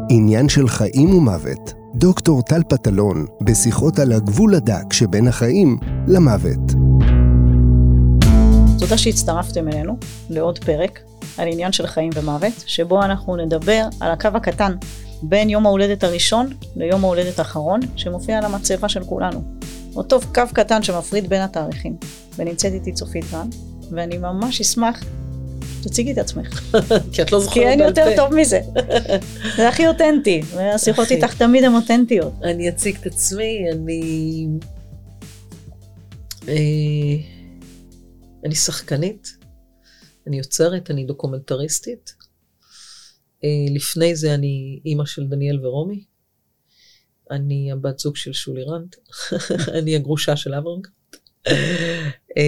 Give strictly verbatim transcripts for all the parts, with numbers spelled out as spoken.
עניין של חיים ומוות. דוקטור טל פטלון, בשיחות על הגבול הדק שבין החיים למוות. תודה שהצטרפתם אלינו לעוד פרק על עניין של חיים ומוות, שבו אנחנו נדבר על הקו הקטן בין יום ההולדת הראשון ליום ההולדת האחרון, שמופיע על המצבה של כולנו. אותו קו קטן שמפריד בין התאריכים. ונמצאת איתי צופית גן, ואני ממש אשמח, תציגי את עצמך. כי את לא זוכרת כי אין בעל יותר פה. טוב מזה. זה הכי אותנטי, והשיחות איתך תמיד הן אותנטיות. אני אציג את עצמי, אני... אה, אני שחקנית, אני יוצרת, אני דוקומנטריסטית. אה, לפני זה אני אימא של דניאל ורומי. אני הבת זוג של שולי רנט. אני הגרושה של אברהם. אה,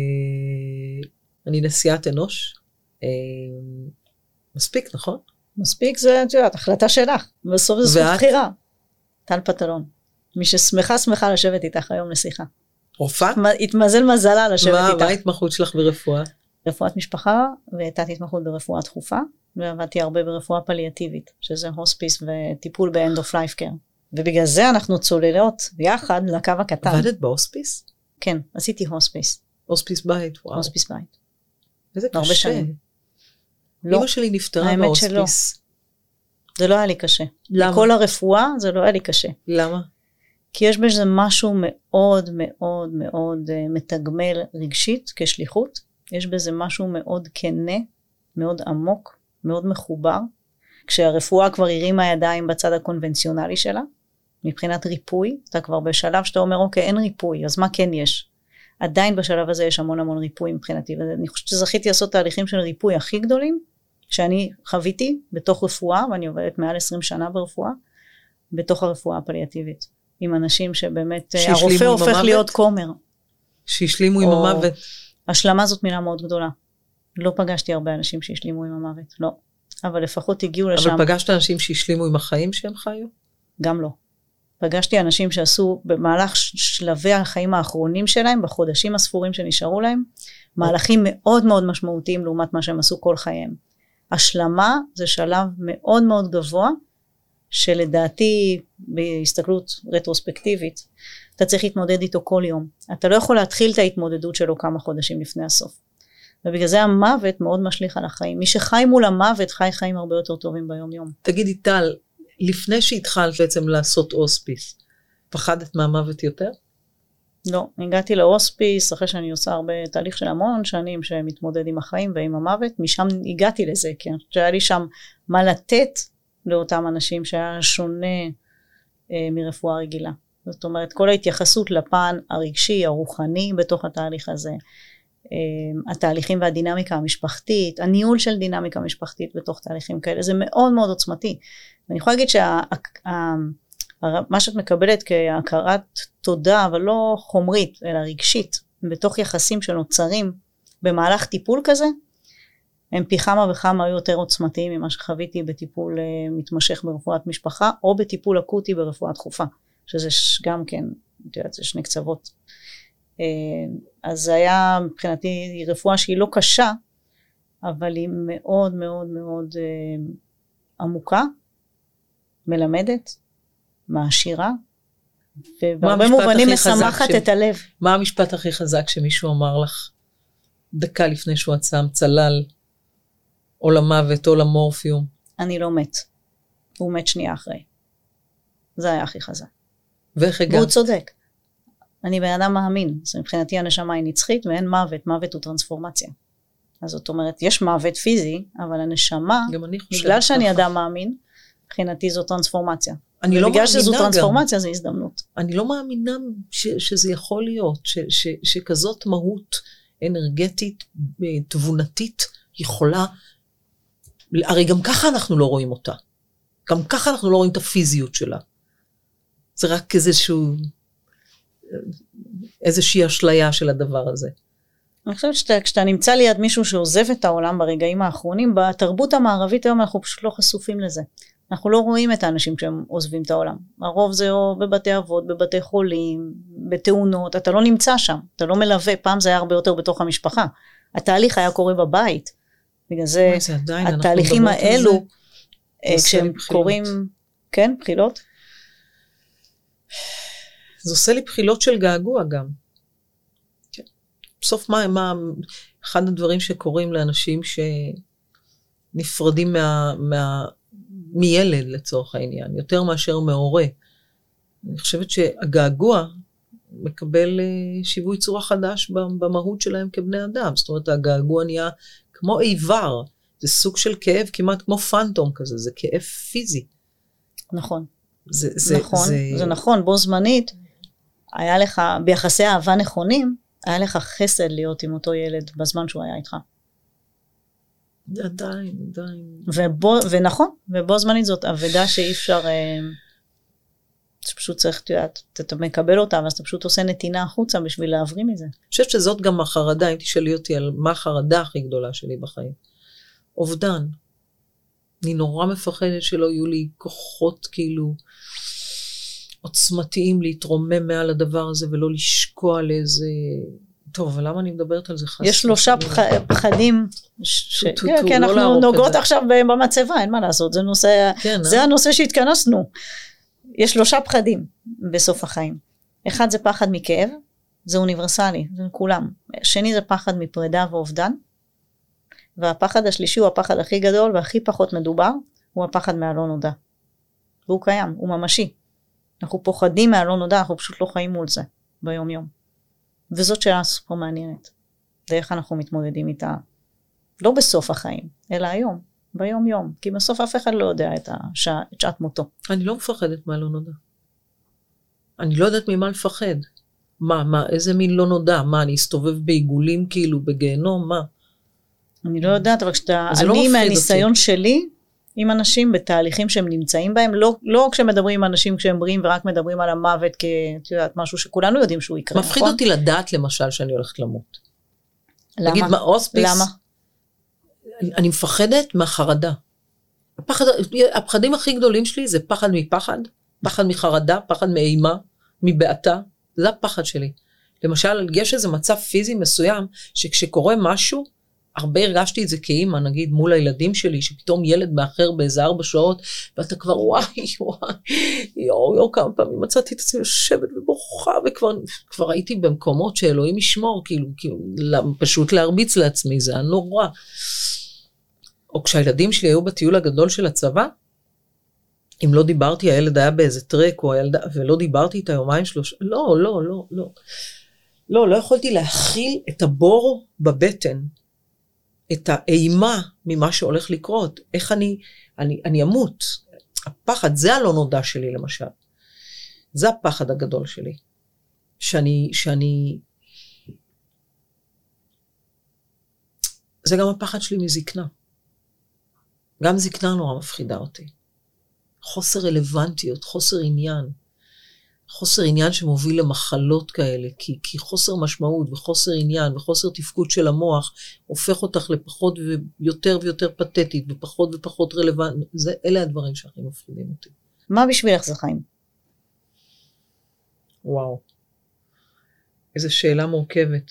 אני נשיאת אנוש. אה, מספיק, נכון? מספיק זה, את יודעת, החלטה שלך. בסוף זה זכות ואת? בחירה. טל פטלון. מי ששמחה שמחה לשבת איתך היום לשיחה. רופאה? התמזל מזלה לשבת מה, איתך. מה ההתמחות שלך ברפואה? רפואת משפחה, ותת התמחות ברפואה דחופה, ועבדתי הרבה ברפואה פליאטיבית, שזה הוספיס וטיפול ב-end of life care. ובגלל זה אנחנו צוללות יחד לקו הקטן. עבדת בהוספיס? כן, עשיתי הוספיס. הוספיס בית, וואו. הוספיס בית. איזה הרבה קשה. שנים. לא, אמא שלי נפטרה האמת בהוספיס. זה לא היה לי קשה. למה? כל הרפואה זה לא היה לי קשה. למה? כי יש בזה משהו מאוד מאוד מאוד מתגמל רגשית כשליחות. יש בזה משהו מאוד כנה, מאוד עמוק, מאוד מחובר. כשהרפואה כבר הרימה ידיים בצד הקונבנציונלי שלה, מבחינת ריפוי, אתה כבר בשלב שאתה אומר, אוקיי, אין ריפוי, אז מה כן יש? עדיין בשלב הזה יש המון המון ריפוי מבחינתי, ואני חושבת שזכיתי לעשות תהליכים של ריפוי הכי גדולים, שאני חוויתי בתוך רפואה, ואני עובדת מעל עשרים שנה ברפואה, בתוך הרפואה הפליאטיבית, עם אנשים שבאמת, הרופא הופך המוות? להיות כומר. שהשלימו עם או... המוות. השלמה זאת מילה מאוד גדולה. לא פגשתי הרבה אנשים שהשלימו עם המוות, לא. אבל לפחות הגיעו לשם. אבל פגשת אנשים שהשלימו עם החיים שהם חיו? גם לא. פגשתי אנשים שעשו במהלך שלבי החיים האחרונים שלהם, בחודשים הספורים שנשארו להם, מהלכים מאוד מאוד משמעותיים לעומת מה שהם עשו כל חייהם. השלמה זה שלב מאוד מאוד גבוה, שלדעתי בהסתכלות רטרוספקטיבית, אתה צריך להתמודד איתו כל יום. אתה לא יכול להתחיל את ההתמודדות שלו כמה חודשים לפני הסוף. ובגלל זה המוות מאוד משליך על החיים. מי שחי מול המוות חי חיים הרבה יותר טובים ביום יום. תגידי טל, לפני שהתחלת בעצם לעשות הוספיס, פחדת מהמוות יותר? לא, הגעתי להוספיס אחרי שאני עושה הרבה תהליך של המון שנים שמתמודד עם החיים ועם המוות, משם הגעתי לזה, כן, שהיה לי שם מה לתת לאותם אנשים שהיה שונה אה, מרפואה רגילה. זאת אומרת, כל ההתייחסות לפן הרגשי, הרוחני בתוך התהליך הזה, התהליכים והדינמיקה המשפחתית, הניהול של דינמיקה משפחתית בתוך תהליכים כאלה, זה מאוד מאוד עוצמתי. ואני יכולה להגיד שמה שאת מקבלת כהכרת תודה, אבל לא חומרית, אלא רגשית, בתוך יחסים שנוצרים במהלך טיפול כזה, הם פי כמה וכמה היו יותר עוצמתיים ממה שחוויתי בטיפול מתמשך ברפואת משפחה, או בטיפול אקוטי ברפואה דחופה, שזה גם כן, זה שני קצוות. אז זה היה מבחינתי רפואה שהיא לא קשה, אבל היא מאוד מאוד מאוד עמוקה, מלמדת, מעשירה, ובהרבה מובנים משמחת את הלב. מה המשפט הכי חזק שמישהו אמר לך, דקה לפני שהוא עצם צלל, או למוות או למורפיום? אני לא מת, הוא מת שנייה אחרי. זה היה הכי חזק. ואיך הגעת? והוא צודק. אני בן אדם מאמין, אז מבחינתי הנשמה היא נצחית, ואין מוות, מוות הוא טרנספורמציה. אז זאת אומרת, יש מוות פיזי, אבל הנשמה, בגלל שאני אדם מאמין, מבחינתי זו טרנספורמציה. אני לא בגלל שזו גם. טרנספורמציה, זו הזדמנות. אני לא מאמינה ש, שזה יכול להיות, ש, ש, שכזאת מהות אנרגטית, תבונתית, יכולה, הרי גם ככה אנחנו לא רואים אותה. גם ככה אנחנו לא רואים את הפיזיות שלה. זה רק איזשהו... איזושהי אשליה של הדבר הזה. אני חושבת שכשאתה נמצא ליד מישהו שעוזב את העולם ברגעים האחרונים, בתרבות המערבית היום אנחנו פשוט לא חשופים לזה. אנחנו לא רואים את האנשים כשהם עוזבים את העולם. הרוב זה או בבתי אבות, בבתי חולים, בתאונות, אתה לא נמצא שם, אתה לא מלווה, פעם זה היה הרבה יותר בתוך המשפחה. התהליך היה קורה בבית. בגלל זה, זה עדיין, התהליכים האלו, כשהם קוראים, כן, בחילות? זה עושה לי בחילות של געגוע גם. בסוף מה, מה, אחד הדברים שקורים לאנשים שנפרדים מה, מה, מילד לצורך העניין, יותר מאשר מההורה. אני חושבת שהגעגוע מקבל שיווי צורה חדש במהות שלהם כבני אדם. זאת אומרת, הגעגוע נהיה כמו איבר, זה סוג של כאב כמעט כמו פנטום כזה, זה כאב פיזי. נכון. זה, זה, נכון, זה... זה נכון, בו זמנית, היה לך, ביחסי אהבה נכונים, היה לך חסד להיות עם אותו ילד בזמן שהוא היה איתך. עדיין, עדיין. ובו, ונכון, ובו זמנית זאת עבודה שאי אפשר, שפשוט צריך, אתה מקבל אותה, ואז אתה פשוט עושה נתינה החוצה בשביל להבריא מזה. אני חושבת שזאת גם החרדה, אם תשאלי אותי על מה החרדה הכי גדולה שלי בחיים. אובדן. אני נורא מפחדת שלא יהיו לי כוחות כאילו עוצמתיים להתרומם מעל הדבר הזה ולא לשקוע לאיזה... טוב, אבל למה אני מדברת על זה חסר? יש שלושה פחדים, כי אנחנו נוגעות עכשיו במצבה, אין מה לעשות, זה הנושא שהתכנסנו. יש שלושה פחדים בסוף החיים. אחד זה פחד מכאב, זה אוניברסלי, זה כולם. שני זה פחד מפרידה ואובדן, והפחד השלישי הוא הפחד הכי גדול והכי פחות מדובר, הוא הפחד מהלא נודע. והוא קיים, הוא ממשי. אנחנו פוחדים מהלא נודע, אנחנו פשוט לא חיים מול זה ביום יום. וזאת שאלה סופר מעניינת. ואיך אנחנו מתמודדים איתה, לא בסוף החיים, אלא היום, ביום יום. כי בסוף אף אחד לא יודע את, השע, את שעת מותו. אני לא מפחדת מהלא נודע. אני לא יודעת ממה לפחד. מה, מה, איזה מין לא נודע? מה, אני אסתובב בעיגולים כאילו בגיהנום? מה? אני לא יודעת, אבל כשאתה, אני לא מהניסיון אותי. שלי, עם אנשים בתהליכים שהם נמצאים בהם, לא, לא כשמדברים עם אנשים כשהם בריאים, ורק מדברים על המוות כתיודעת, משהו שכולנו יודעים שהוא יקרה. מפחיד נכון? אותי לדעת למשל שאני הולכת למות. למה? תגיד, מה, אוספיס? למה? אני, אני מפחדת מהחרדה. הפחד, הפחדים הכי גדולים שלי זה פחד מפחד, פחד מחרדה, פחד מאימה, מבעתה, זה הפחד שלי. למשל, יש איזה מצב פיזי מסוים, שכשקורה משהו, הרבה הרגשתי את זה כאימא, נגיד, מול הילדים שלי, שפתאום ילד מאחר באיזה ארבע שעות, ואתה כבר וואי, וואי, יו, יו, כמה פעמים מצאתי את עצמי יושבת ובוכה, וכבר כבר הייתי במקומות שאלוהים ישמור, כאילו, כאילו, פשוט להרביץ לעצמי, זה היה נורא. או כשהילדים שלי היו בטיול הגדול של הצבא, אם לא דיברתי, הילד היה באיזה טרק, או הילד, ולא דיברתי את היומיים שלוש, לא, לא, לא, לא. לא, לא יכולתי להכיל את הבור בבטן, את האימה ממה שהולך לקרות, איך אני, אני, אני אמות. הפחד, זה הלא נודע שלי למשל. זה הפחד הגדול שלי. שאני, שאני, זה גם הפחד שלי מזקנה. גם זקנה נורא מפחידה אותי. חוסר רלוונטיות, חוסר עניין. חוסר עניין שמוביל למחלות כאלה, כי, כי חוסר משמעות וחוסר עניין וחוסר תפקוד של המוח, הופך אותך לפחות ויותר ויותר פתטית, ופחות ופחות רלוונטית. זה, אלה הדברים שהכי מפחידים אותי. מה בשבילך זה חיים? וואו. איזו שאלה מורכבת.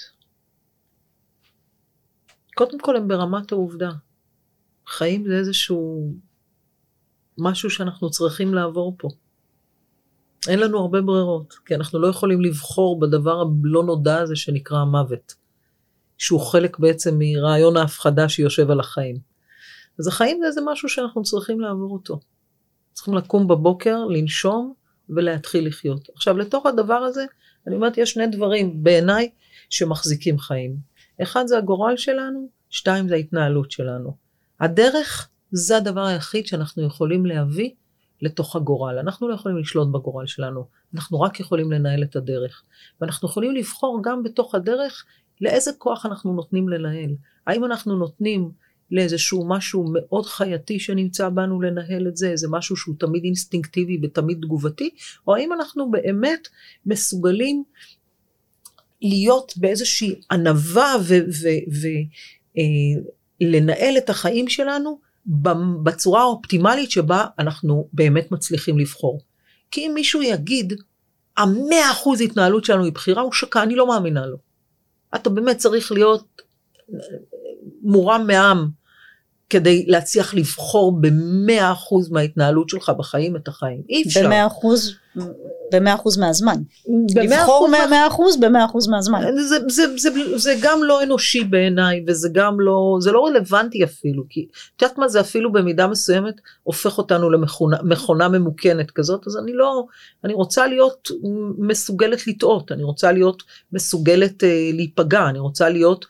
קודם כל הם ברמת העובדה. חיים זה איזשהו משהו שאנחנו צריכים לעבור פה. אין לנו הרבה ברירות, כי אנחנו לא יכולים לבחור בדבר הלא נודע הזה שנקרא המוות, שהוא חלק בעצם מרעיון ההפחדה שיושב על החיים. אז החיים זה איזה משהו שאנחנו צריכים לעבור אותו. צריכים לקום בבוקר, לנשום ולהתחיל לחיות. עכשיו, לתוך הדבר הזה, אני אומרת, יש שני דברים בעיניי שמחזיקים חיים. אחד זה הגורל שלנו, שתיים זה ההתנהלות שלנו. הדרך זה הדבר היחיד שאנחנו יכולים להביא לתוך הגורל. אנחנו לא יכולים לשלוט בגורל שלנו, אנחנו רק יכולים לנהל את הדרך. ואנחנו יכולים לבחור גם בתוך הדרך לאיזה כוח אנחנו נותנים לנהל. האם אנחנו נותנים לאיזשהו משהו מאוד חייתי שנמצא בנו לנהל את זה, איזה משהו שהוא תמיד אינסטינקטיבי ותמיד תגובתי, או האם אנחנו באמת מסוגלים להיות באיזושהי ענווה ולנהל את החיים שלנו, בצורה האופטימלית שבה אנחנו באמת מצליחים לבחור. כי אם מישהו יגיד, המאה אחוז התנהלות שלנו היא בחירה, הוא שקע, אני לא מאמינה לו. אתה באמת צריך להיות מורם מעם, כדי להצליח לבחור במאה אחוז מההתנהלות שלך בחיים את החיים. אי אפשר. במאה אחוז, במאה אחוז מהזמן. לבחור במאה אחוז, במאה אחוז מהזמן. זה, זה, זה, זה, זה גם לא אנושי בעיניי, וזה גם לא, זה לא רלוונטי אפילו, כי את יודעת מה, זה אפילו במידה מסוימת, הופך אותנו למכונה, מכונה ממוכנת כזאת, אז אני לא, אני רוצה להיות מסוגלת לטעות, אני רוצה להיות מסוגלת אה, להיפגע, אני רוצה להיות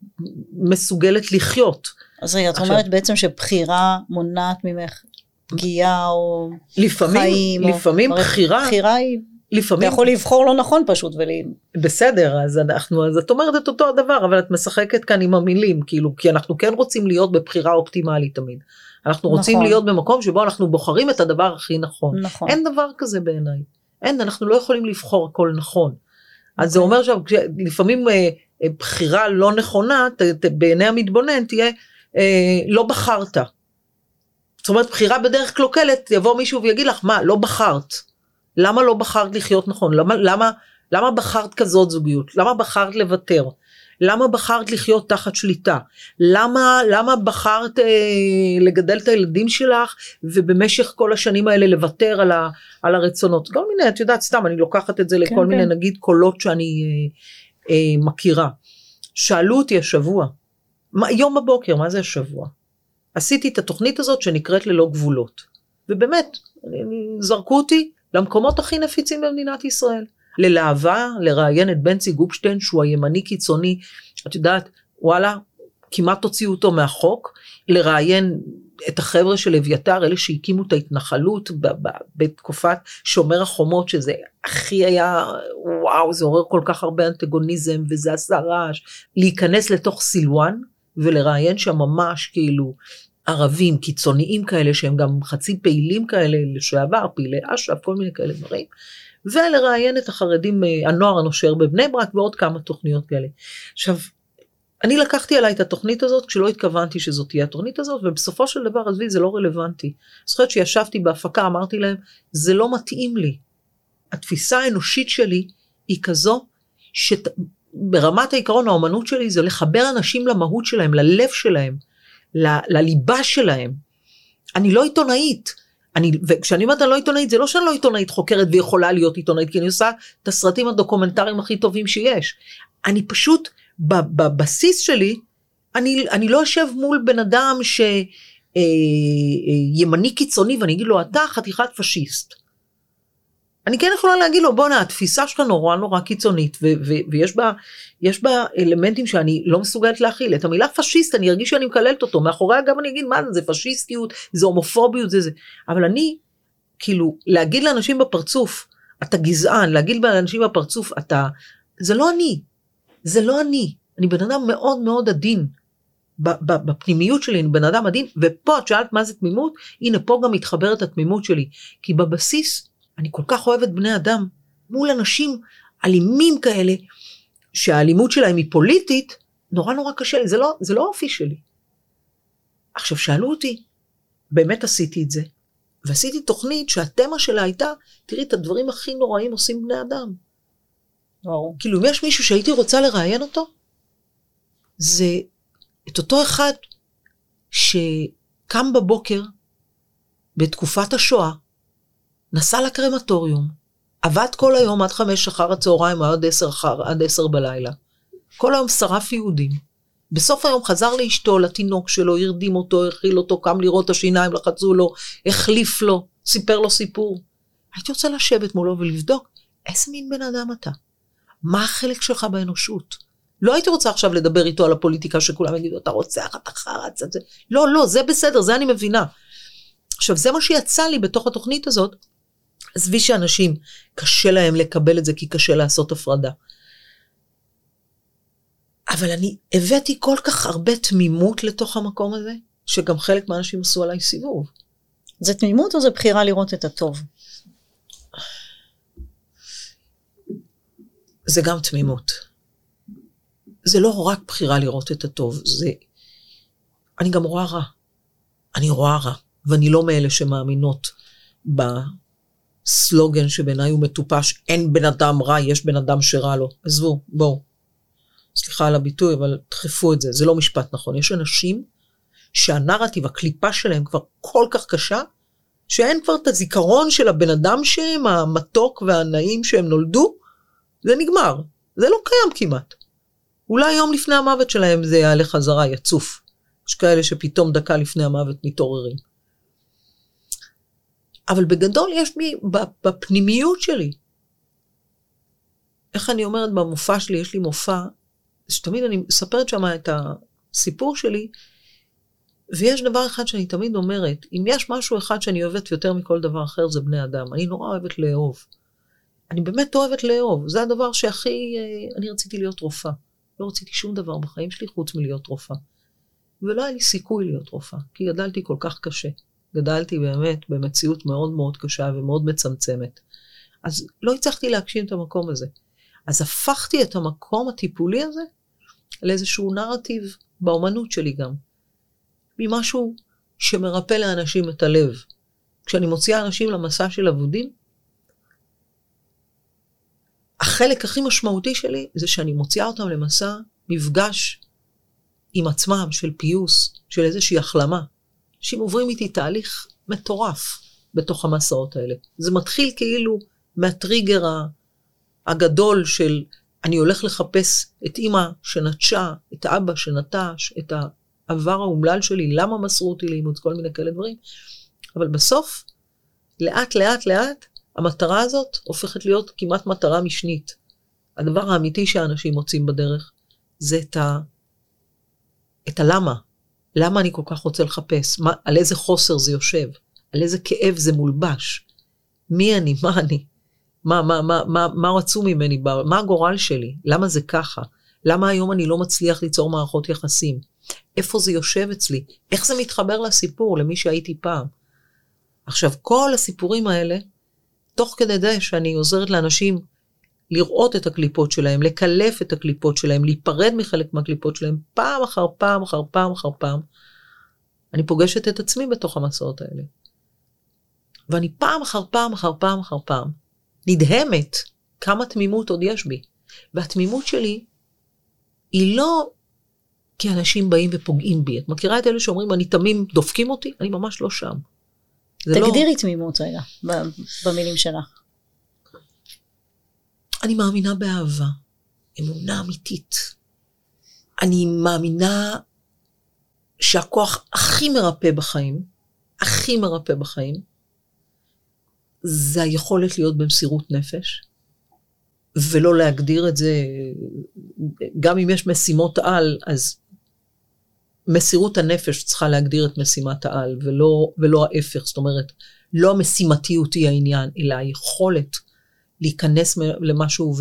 מסוגלת לחיות. אז רגע, את אומרת בעצם שבחירה מונעת ממך פגיעה או לפעמים, חיים. לפעמים או... בחירה, בחירה היא, לפעמים, אתה יכול לבחור לא נכון פשוט. ול... בסדר, אז אנחנו, אז את אומרת את אותו הדבר, אבל את משחקת כאן עם המילים, כאילו, כי אנחנו כן רוצים להיות בבחירה אופטימלית תמיד. אנחנו רוצים נכון. להיות במקום שבו אנחנו בוחרים את הדבר הכי נכון. נכון. אין דבר כזה בעיניי. אין, אנחנו לא יכולים לבחור הכל נכון. אז זה אומר שלפעמים אה, אה, בחירה לא נכונה, ת, ת, בעיני המתבונן תהיה, אה, לא בחרת. זאת אומרת, בחירה בדרך קלוקלת, יבוא מישהו ויגיד לך, מה, לא בחרת. למה לא בחרת לחיות נכון? למה, למה, למה בחרת כזאת זוגיות? למה בחרת לוותר? למה בחרת לחיות תחת שליטה? למה, למה בחרת אה, לגדל את הילדים שלך, ובמשך כל השנים האלה לוותר על, ה, על הרצונות? כל מיני, את יודעת, סתם, אני לוקחת את זה לכל כן, מיני, כן. נגיד, קולות שאני אה, אה, מכירה. שאלו אותי השבוע, מה, יום בבוקר, מה זה השבוע? עשיתי את התוכנית הזאת שנקראת ללא גבולות. ובאמת, זרקו אותי למקומות הכי נפיצים במדינת ישראל. ללהבה, לראיין את בנצי גופשטיין, שהוא הימני קיצוני, את יודעת, וואלה, כמעט תוציאו אותו מהחוק, לראיין את החבר'ה של אביתר, אלה שהקימו את ההתנחלות, בתקופת שומר החומות, שזה הכי היה, וואו, זה עורר כל כך הרבה אנטגוניזם, וזה עשה רעש, להיכנס לתוך סילואן, ולראיין שם ממש כאילו, ערבים, קיצוניים כאלה, שהם גם חצי פעילים כאלה, לשעבר, פעילי אש"ף, כל מיני כאלה דברים, ולראיין את החרדים, הנוער הנושר בבני ברק, ועוד כמה תוכניות כאלה. עכשיו, אני לקחתי עליי את התוכנית הזאת, כשלא התכוונתי שזאת תהיה התוכנית הזאת, ובסופו של דבר, עזבי, זה לא רלוונטי. זוכרת שישבתי בהפקה, אמרתי להם, זה לא מתאים לי. התפיסה האנושית שלי, היא כזו, שברמת העיקרון, האומנות שלי, זה לחבר אנשים למהות שלהם, ללב שלהם, ל- לליבה שלהם. אני לא עיתונאית, אני, וכשאני אומרת אני לא עיתונאית, זה לא שאני לא עיתונאית חוקרת ויכולה להיות עיתונאית, כי אני עושה את הסרטים הדוקומנטריים הכי טובים שיש. אני פשוט, בבסיס שלי, אני, אני לא יושב מול בן אדם שימני קיצוני, ואני אגיד לו, אתה חתיכת פשיסט. אני כן יכולה להגיד לו, בוא נה, התפיסה שלך נורא נורא קיצונית, ו- ו- ויש בה, יש בה אלמנטים שאני לא מסוגלת להכיל. את המילה פשיסט, אני ארגיש שאני מקללת אותו, מאחורי אגב אני אגיד, מה זה, זה פשיסטיות, זה הומופוביות, זה זה. אבל אני, כאילו, להגיד לאנשים בפרצוף, אתה גזען, להגיד לאנשים בפרצוף, אתה, זה לא אני, זה לא אני. אני בן אדם מאוד מאוד עדין, בפנימיות שלי, אני בן אדם עדין, ופה את שאלת מה זה תמימות, הנה פה גם מתחברת התמימות שלי, כי בבסיס, אני כל כך אוהבת בני אדם, מול אנשים אלימים כאלה, שהאלימות שלהם היא פוליטית, נורא נורא קשה לי, זה לא, זה לא אופי שלי. עכשיו שאלו אותי, באמת עשיתי את זה, ועשיתי תוכנית שהתמה שלה הייתה, תראי את הדברים הכי נוראים עושים בני אדם. וואו. כאילו אם יש מישהו שהייתי רוצה לראיין אותו, זה את אותו אחד, שקם בבוקר, בתקופת השואה, נסע לקרמטוריום, עבד כל היום עד חמש אחר הצהריים, עד עשר, אחר, עד עשר בלילה, כל היום שרף יהודים, בסוף היום חזר לאשתו, לתינוק שלו, הרדים אותו, הכיל אותו, קם לראות את השיניים, לחצו לו, החליף לו, סיפר לו סיפור. הייתי רוצה לשבת מולו ולבדוק, איזה מין בן אדם אתה? מה החלק שלך באנושות? לא הייתי רוצה עכשיו לדבר איתו על הפוליטיקה, שכולם יגידו, אתה רוצח, אתה חרץ, את זה. לא, לא, זה בסדר, זה אני מבינה. עכשיו, זה מה שיצא לי בתוך התוכנית הזאת, עזבי שאנשים קשה להם לקבל את זה, כי קשה לעשות הפרדה. אבל אני הבאתי כל כך הרבה תמימות לתוך המקום הזה, שגם חלק מהאנשים עשו עליי סיבוב. זה תמימות או זה בחירה לראות את הטוב? זה גם תמימות. זה לא רק בחירה לראות את הטוב, זה... אני גם רואה רע. אני רואה רע, ואני לא מאלה שמאמינות בסלוגן שבעיניי הוא מטופש, אין בן אדם רע, יש בן אדם שרע לו. עזבו, בואו. סליחה על הביטוי, אבל דחפו את זה, זה לא משפט נכון. יש אנשים שהנרטיב, הקליפה שלהם כבר כל כך קשה, שאין כבר את הזיכרון של הבן אדם שהם, המתוק והנעים שהם נולדו, זה נגמר. זה לא קיים כמעט. אולי יום לפני המוות שלהם זה יעלה חזרה, יצוף. יש כאלה שפתאום דקה לפני המוות מתעוררים. אבל בגדול יש לי, בפנימיות שלי, איך אני אומרת במופע שלי, יש לי מופע, שתמיד אני מספרת שם את הסיפור שלי, ויש דבר אחד שאני תמיד אומרת, אם יש משהו אחד שאני אוהבת יותר מכל דבר אחר, זה בני אדם. אני נורא אוהבת לאהוב. אני באמת אוהבת לאהוב. זה הדבר שהכי, אני רציתי להיות רופאה. לא רציתי שום דבר בחיים שלי חוץ מלהיות רופאה. ולא היה לי סיכוי להיות רופאה, כי גדלתי כל כך קשה. גדלתי באמת במציאות מאוד מאוד קשה ומאוד מצמצמת. אז לא הצלחתי להגשים את המקום הזה. אז הפכתי את המקום הטיפולי הזה לאיזשהו נרטיב באומנות שלי גם. ממשהו שמרפא לאנשים את הלב. כשאני מוציאה אנשים למסע של עבודים, החלק הכי משמעותי שלי זה שאני מוציאה אותם למסע מפגש עם עצמם, של פיוס, של איזושהי החלמה. אנשים עוברים איתי תהליך מטורף בתוך המסעות האלה. זה מתחיל כאילו מהטריגר הגדול של אני הולך לחפש את אמא שנטשה, את האבא שנטש, את העבר האומלל שלי, למה מסרו אותי לאימוץ, כל מיני כאלה דברים. אבל בסוף, לאט לאט לאט, המטרה הזאת הופכת להיות כמעט מטרה משנית. הדבר האמיתי שהאנשים מוצאים בדרך, זה את ה... את הלמה. למה אני כל כך רוצה לחפש? מה, על איזה חוסר זה יושב? על איזה כאב זה מולבש? מי אני? מה אני? מה, מה, מה, מה, מה רצו ממני? מה הגורל שלי? למה זה ככה? למה היום אני לא מצליח ליצור מערכות יחסים? איפה זה יושב אצלי? איך זה מתחבר לסיפור, למי שהייתי פעם? עכשיו, כל הסיפורים האלה, תוך כדי זה שאני עוזרת לאנשים לראות את הקליפות שלהם, לקלף את הקליפות שלהם, להיפרד מחלק מהקליפות שלהם, פעם אחר פעם אחר פעם אחר פעם, אני פוגשת את עצמי בתוך המסעות האלה. ואני פעם אחר פעם אחר פעם אחר פעם, נדהמת כמה תמימות עוד יש בי. והתמימות שלי, היא לא כי אנשים באים ופוגעים בי. את מכירה את אלה שאומרים, אני תמים, דופקים אותי? אני ממש לא שם. תגדירי לא... תמימות רגע, במילים שלך. אני מאמינה באהבה, אמונה אמיתית. אני מאמינה שהכוח הכי מרפא בחיים, הכי מרפא בחיים, זה היכולת להיות במסירות נפש, ולא להגדיר את זה, גם אם יש משימות על, אז מסירות הנפש צריכה להגדיר את משימת העל, ולא, ולא ההפך, זאת אומרת, לא המשימתיות היא העניין, אלא היכולת להיכנס למשהו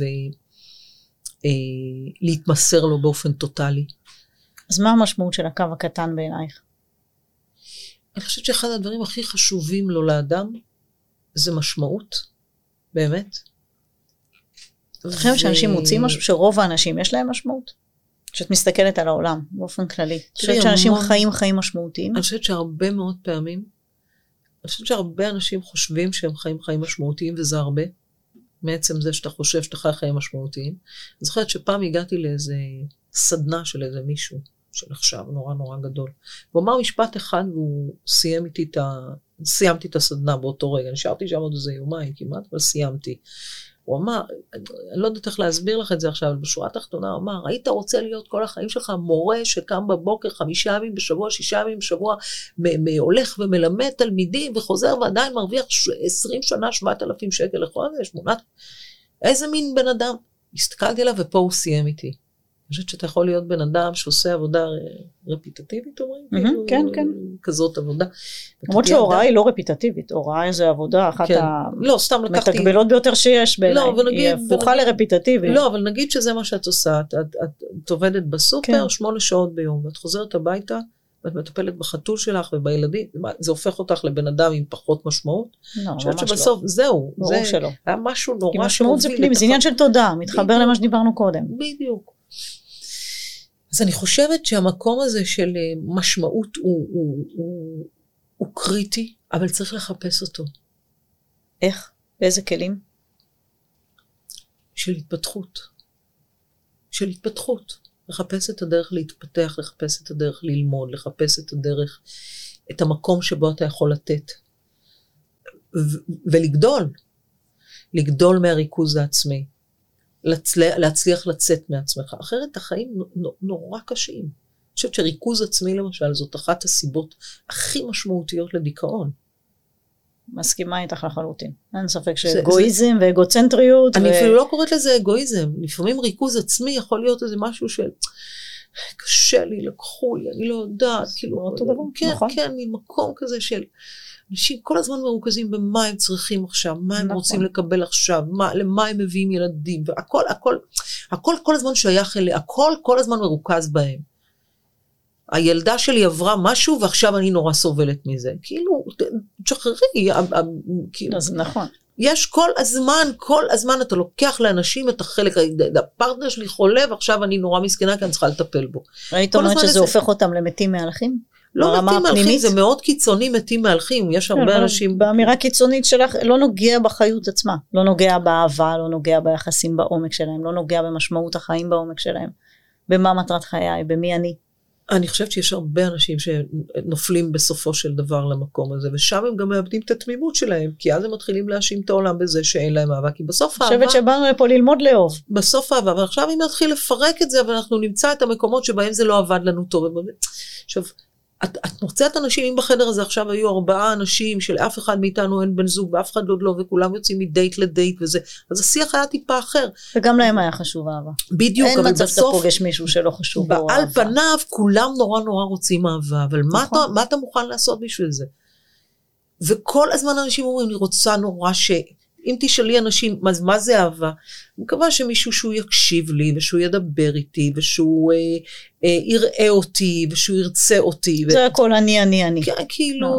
ולהתמסר לו באופן טוטלי. אז מה המשמעות של הקו הקטן בעינייך? אני חושבת שאחד הדברים הכי חשובים לו לאדם, זה משמעות, באמת. את חושבת שאנשים מוצאים משהו, שרוב האנשים יש להם משמעות? שאת מסתכלת על העולם, באופן כללי. את חושבת שאנשים חיים חיים משמעותיים? אני חושבת שהרבה מאוד פעמים, אני חושבת שהרבה אנשים חושבים שהם חיים חיים משמעותיים, וזה הרבה, מעצם זה שאתה חושב שאתה חי חיים משמעותיים. אני זוכרת שפעם הגעתי לאיזה סדנה של איזה מישהו, של עכשיו, נורא נורא גדול. הוא אמר משפט אחד, והוא סיים איתי את ה... סיימתי את הסדנה באותו רגע, נשארתי שם עוד איזה יומיים כמעט, אבל סיימתי. הוא אמר, אני לא יודעת איך להסביר לך את זה עכשיו, אבל בשורה התחתונה הוא אמר, היית רוצה להיות כל החיים שלך מורה שקם בבוקר חמישה ימים בשבוע, שישה ימים בשבוע, הולך ומלמד תלמידים וחוזר ועדיין מרוויח עשרים שנה, שבעת אלפים שקל לחודש, מונת, איזה מין בן אדם? הסתכלתי עליו ופה הוא סיים איתי. אני חושבת שאתה יכול להיות בן אדם שעושה עבודה רפיטטיבית, אומרים? כן, כן. כזאת עבודה. למרות שההוראה היא לא רפיטטיבית, הוראה זה עבודה, אחת המתקבלות ביותר שיש בעיניי, היא הפוכה לרפיטטיבית. לא, אבל נגיד שזה מה שאת עושה, את עובדת בסופר שמונה שעות ביום, ואת חוזרת הביתה, ואת מטפלת בחתול שלך ובילדים, זה הופך אותך לבן אדם עם פחות משמעות. לא, ממש לא. שבסוף, זהו. ברור שלא. היה משהו נורא כי משמעות זה פנים, זה עניין של תודה, מתחבר למה שדיברנו קודם. בדיוק. אז אני חושבת שהמקום הזה של משמעות הוא, הוא, הוא, הוא קריטי, אבל צריך לחפש אותו. איך? באיזה כלים? של התפתחות. של התפתחות. לחפש את הדרך להתפתח, לחפש את הדרך ללמוד, לחפש את הדרך, את המקום שבו אתה יכול לתת. ו- ולגדול, לגדול מהריכוז העצמי, להצליח, להצליח לצאת מעצמך. אחרת החיים נורא קשים. אני חושבת שריכוז עצמי למשל, זאת אחת הסיבות הכי משמעותיות לדיכאון. מסכימה איתך לחלוטין. אין ספק שאגואיזם ואגוצנטריות. אני אפילו לא קוראת לזה אגואיזם. לפעמים ריכוז עצמי יכול להיות איזה משהו של, קשה לי, לקחו לי, אני לא יודעת, כאילו, אותו דבר, כן, נכון. כן, ממקום כזה של, אנשים כל הזמן מרוכזים במה הם צריכים עכשיו, מה הם נכון. רוצים לקבל עכשיו, מה, למה הם מביאים ילדים, והכל, הכל, הכל כל הזמן שייך אליה, הכל כל הזמן מרוכז בהם. הילדה שלי עברה משהו, ועכשיו אני נורא סובלת מזה. כאילו, תשחררי, כאילו. זה נכון. יש כל הזמן, כל הזמן אתה לוקח לאנשים את החלק, הפרטנר שלי חולה, ועכשיו אני נורא מסכנה, כי אני צריכה לטפל בו. ראית אומרת שזה הופך אותם למתים מהלכים? לא מתים מהלכים, זה מאוד קיצוני מתים מהלכים, יש הרבה אנשים... באמירה קיצונית שלך, לא נוגע בחיות עצמה, לא נוגע באהבה, לא נוגע ביחסים בעומק שלהם, לא נוגע במשמעות החיים בעומק שלהם, במה מטרת חיי, במי אני. אני חושבת שיש הרבה אנשים שנופלים בסופו של דבר למקום הזה, ושם הם גם מאבדים את התמימות שלהם, כי אז הם מתחילים להאשים את העולם בזה שאין להם אהבה, כי בסוף האהבה... אני חושבת שבאנו לפה ללמוד לאהוב. בסוף האהבה, ועכשיו אם נתחיל לפרק את זה, ואנחנו נמצא את המקומות שבהם זה לא עבד לנו טוב. עכשיו, את, את מוצאת אנשים, אם בחדר הזה עכשיו היו ארבעה אנשים, שלאף אחד מאיתנו אין בן זוג, ואף אחד עוד לא, וכולם יוצאים מדייט לדייט וזה, אז השיח היה טיפה אחר. וגם להם היה חשוב אהבה. בדיוק, אבל בסוף... אין מצב שאתה פוגש מישהו שלא חשוב בו אהבה. על פניו, כולם נורא נורא רוצים אהבה, אבל מה אתה, מה אתה מוכן לעשות בשביל זה? וכל הזמן אנשים אומרים, אני רוצה נורא ש... אם תשאלי אנשים, מה, מה זה אהבה? אני מקווה שמישהו שהוא יקשיב לי, ושהוא ידבר איתי, ושהוא אה, אה, יראה אותי, ושהוא ירצה אותי. זה ו... הכל אני, אני, אני. כן, כאילו,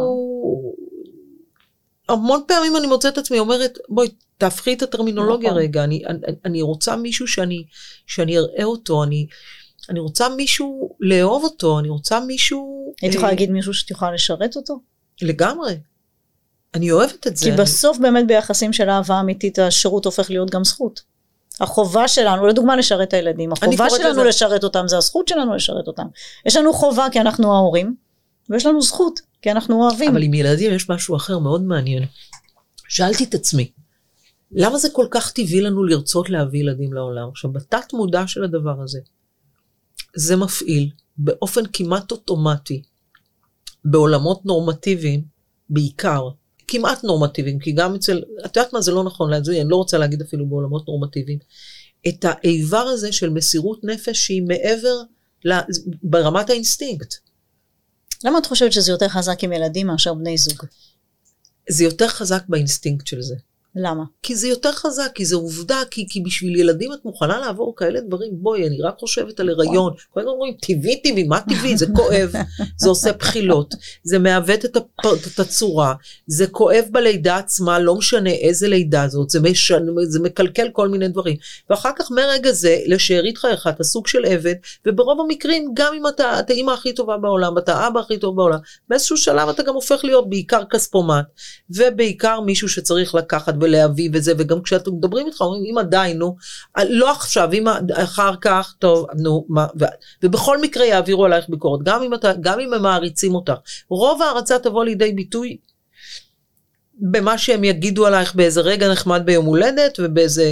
המון פעמים אני מוצאת את עצמי, אומרת, בואי, תהפכי את הטרמינולוגיה נכון. רגע, אני, אני, אני רוצה מישהו שאני, שאני אראה אותו, אני, אני רוצה מישהו לאהוב אותו, אני רוצה מישהו... היית יכולה להגיד מישהו שתוכל לשרת אותו? לגמרי. אני אוהבת את זה. כי אני... בסוף באמת ביחסים של אהבה אמיתית, השירות הופך להיות גם זכות. החובה שלנו, לדוגמה לשרת את הילדים, החובה שלנו לזה... לשרת אותם, זה הזכות שלנו לשרת אותם. יש לנו חובה כי אנחנו ההורים, ויש לנו זכות כי אנחנו אוהבים. אבל עם ילדים יש משהו אחר מאוד מעניין. שאלתי את עצמי, למה זה כל כך טבעי לנו לרצות להביא ילדים לעולם? עכשיו, בתת מודע של הדבר הזה, זה מפעיל באופן כמעט אוטומטי, בעולמות נורמטיביים, בעיקר, כמעט נורמטיביים, כי גם אצל, את יודעת מה, זה לא נכון להגיד, אני לא רוצה להגיד אפילו בעולמות נורמטיביים, את האיבר הזה של מסירות נפש, שהיא מעבר, ברמת האינסטינקט. למה את חושבת שזה יותר חזק עם ילדים מאשר בני זוג? זה יותר חזק באינסטינקט של זה. למה? כי זה יותר חזק, כי זה עובדה, כי, כי בשביל ילדים את מוכנה לעבור כאלה דברים, בואי, אני רק חושבת על הריון, כל הזמן אומרים, טבעי, טבעי, מה טבעי? זה כואב, זה עושה בחילות, זה מעוות את, הפ... את הצורה, זה כואב בלידה עצמה, לא משנה איזה לידה זאת, זה, משנה, זה מקלקל כל מיני דברים, ואחר כך מרגע זה, לשארית חייך, אתה סוג של עבד, וברוב המקרים, גם אם אתה, אתה אימא הכי טובה בעולם, אתה אבא הכי טוב בעולם, באיזשהו שלב אתה גם הופך להיות בעיקר כספומט, ובעיקר מישהו שצריך לקחת ולהביא וזה, וגם כשאתם מדברים איתך, אומרים, אמא די, נו, לא עכשיו, אמא אחר כך, טוב, נו, מה, ו, ובכל מקרה יעבירו עלייך ביקורת, גם אם, אתה, גם אם הם מעריצים אותך. רוב ההרצה תבוא לידי ביטוי, במה שהם יגידו עלייך באיזה רגע נחמד ביום הולדת, ובאיזה,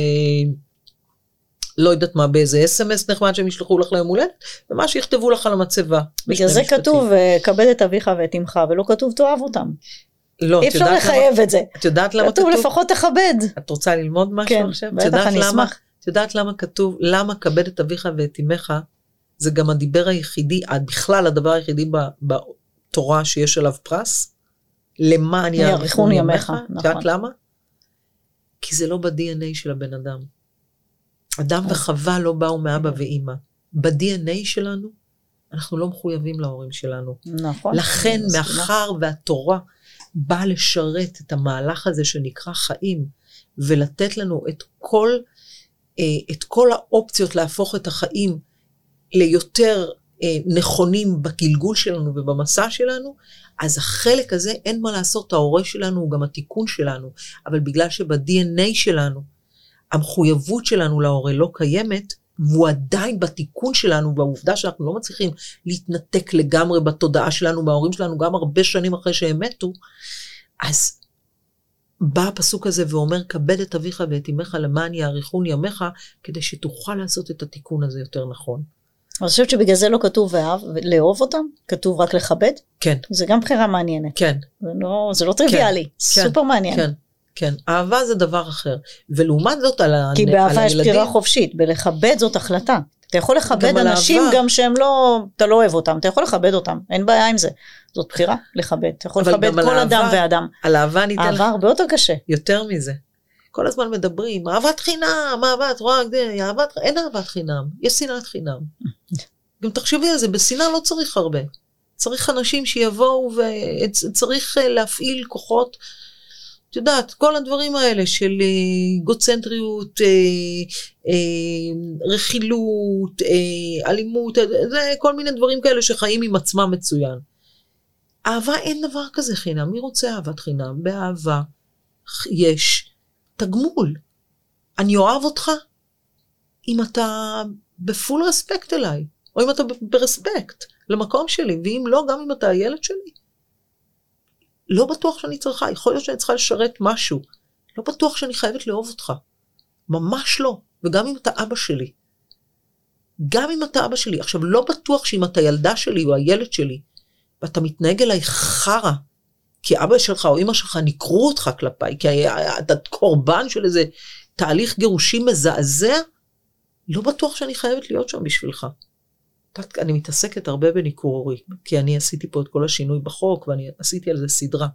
לא יודעת מה, באיזה אס אם אס נחמד שהם ישלחו לך ליום הולדת, ומה שיכתבו לך על המצבה. בגלל זה כתוב, כבד את אביך ואת אמך, ולא כתוב תאהב אותם. לא, אי אפשר לחייב למה, את זה. את יודעת למה כתוב? כתוב? לפחות תכבד. את רוצה ללמוד משהו כן, עכשיו? בטח, אני אשמח. את יודעת למה כתוב, למה כבד את אביך ואת אמך, זה גם הדיבר היחידי, בכלל הדבר היחידי בתורה שיש עליו פרס, למען יאריכון ימיך. את יודעת למה? כי זה לא ב-די אן איי של הבן אדם. אדם וחווה לא באו מאבא ואמא. ב-די אן איי שלנו, אנחנו לא מחויבים להורים שלנו. נכון. לכן, מאחר והתורה באה לשרת את המהלך הזה שנקרא חיים, ולתת לנו את כל, את כל האופציות להפוך את החיים ליותר נכונים בגלגול שלנו ובמסע שלנו, אז החלק הזה אין מה לעשות, ההורה שלנו הוא גם התיקון שלנו, אבל בגלל שב-די אן איי שלנו, המחויבות שלנו להורה לא קיימת, והוא עדיין בתיקון שלנו, בעובדה שאנחנו לא מצליחים להתנתק לגמרי בתודעה שלנו, מההורים שלנו, גם הרבה שנים אחרי שהם מתו, אז בא הפסוק הזה ואומר, כבד את אביך ואת אמך למען יאריכון ימיך, כדי שתוכל לעשות את התיקון הזה יותר נכון. אני חושבת שבגלל זה לא כתוב ואהב, לאהוב אותם, כתוב רק לכבד. כן. זה גם בחירה מעניינת. כן. זה לא, זה לא טריוויאלי, כן, סופר מעניין. כן, כן. אהבה זה דבר אחר. ולעומת זאת על הילדים. כי באהבה יש בחירה חופשית, בלכבד זאת החלטה. אתה יכול לכבד אנשים אהבה. גם שהם לא, אתה לא אוהב אותם, אתה יכול לכבד אותם, אין בעיה עם זה. זאת בחירה, לכבד. אתה יכול לכבד כל אהבה, אדם ואדם. על אהבה ניתן לך. אהבה הרבה יותר קשה. יותר מזה. כל הזמן מדברים, אהבת חינם, אהבת, רואה, אהבת, אין אהבת חינם, יש שנאת חינם. גם תחשבי על זה, בשנאה לא צריך הרבה. צריך אנשים שיבואו וצריך להפעיל כוחות, את יודעת, כל הדברים האלה של גוצנטריות, רכילות, אלימות, זה כל מיני דברים כאלה שחיים עם עצמם מצוין. אהבה אין דבר כזה חינם, מי רוצה אהבת חינם? באהבה יש תגמול. אני אוהב אותך אם אתה בפול רספקט אליי, או אם אתה ברספקט למקום שלי, ואם לא, גם אם אתה הילד שלי. לא בטוח שאני צריכה, יכול להיות שאני צריכה לשרת משהו, לא בטוח שאני חייבת לאהוב אותך. ממש לא. וגם אם אתה אבא שלי. גם אם אתה אבא שלי. עכשיו, לא בטוח שאם אתה ילדה שלי או הילד שלי, ואתה מתנהג אליי חרה, כי אבא שלך או אמא שלך נקרו אותך כלפיי, כי אתה קורבן של איזה תהליך גירושים מזעזע, לא בטוח שאני חייבת להיות שם בשבילך. אני מתעסקת הרבה בניקור הורי, כי אני עשיתי פה את כל השינוי בחוק, ואני עשיתי על זה סדרה.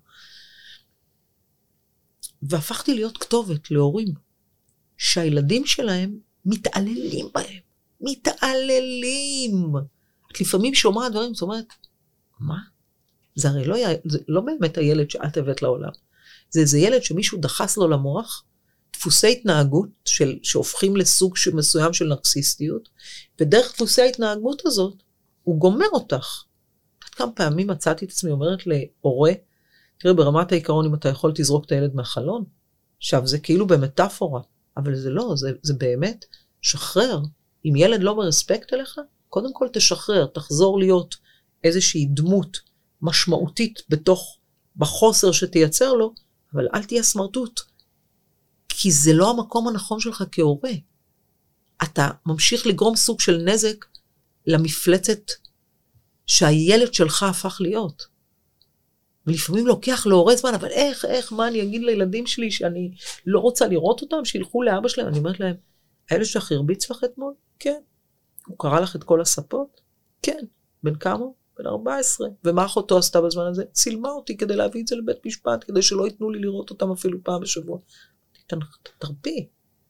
והפכתי להיות כתובת להורים, שהילדים שלהם מתעללים בהם. מתעללים. את לפעמים שומעת דברים, זאת אומרת, מה? זה הרי לא, זה לא באמת הילד שאת הבאת לעולם. זה איזה ילד שמישהו דחס לו למוח, דפוסי התנהגות של, שהופכים לסוג מסוים של נרקסיסטיות, ודרך דפוסי ההתנהגות הזאת, הוא גומר אותך. עד כמה פעמים מצאתי את עצמי, אומרת להורה, תראה, ברמת העיקרון, אם אתה יכול תזרוק את הילד מהחלון, עכשיו זה כאילו במטאפורה, אבל זה לא, זה, זה באמת שחרר. אם ילד לא מרספקט אליך, קודם כל תשחרר, תחזור להיות איזושהי דמות משמעותית בתוך, בחוסר שתייצר לו, אבל אל תהיה סמרטוט. כי זה לא המקום הנכון שלך כהורה. אתה ממשיך לגרום סוג של נזק למפלצת שהילד שלך הפך להיות. ולפעמים לוקח להורה זמן, אבל איך, איך, מה אני אגיד לילדים שלי שאני לא רוצה לראות אותם, שילכו לאבא שלהם? אני אומרת להם, הילד שלך הרביץ לך אתמול? כן. הוא קרא לך את כל הספות? כן. בן כמה? בן ארבע עשרה. ומה אחותו עשתה בזמן הזה? צילמה אותי כדי להביא את זה לבית משפט, כדי שלא ייתנו לי לראות אותם אפילו פעם בשבוע. תרפי.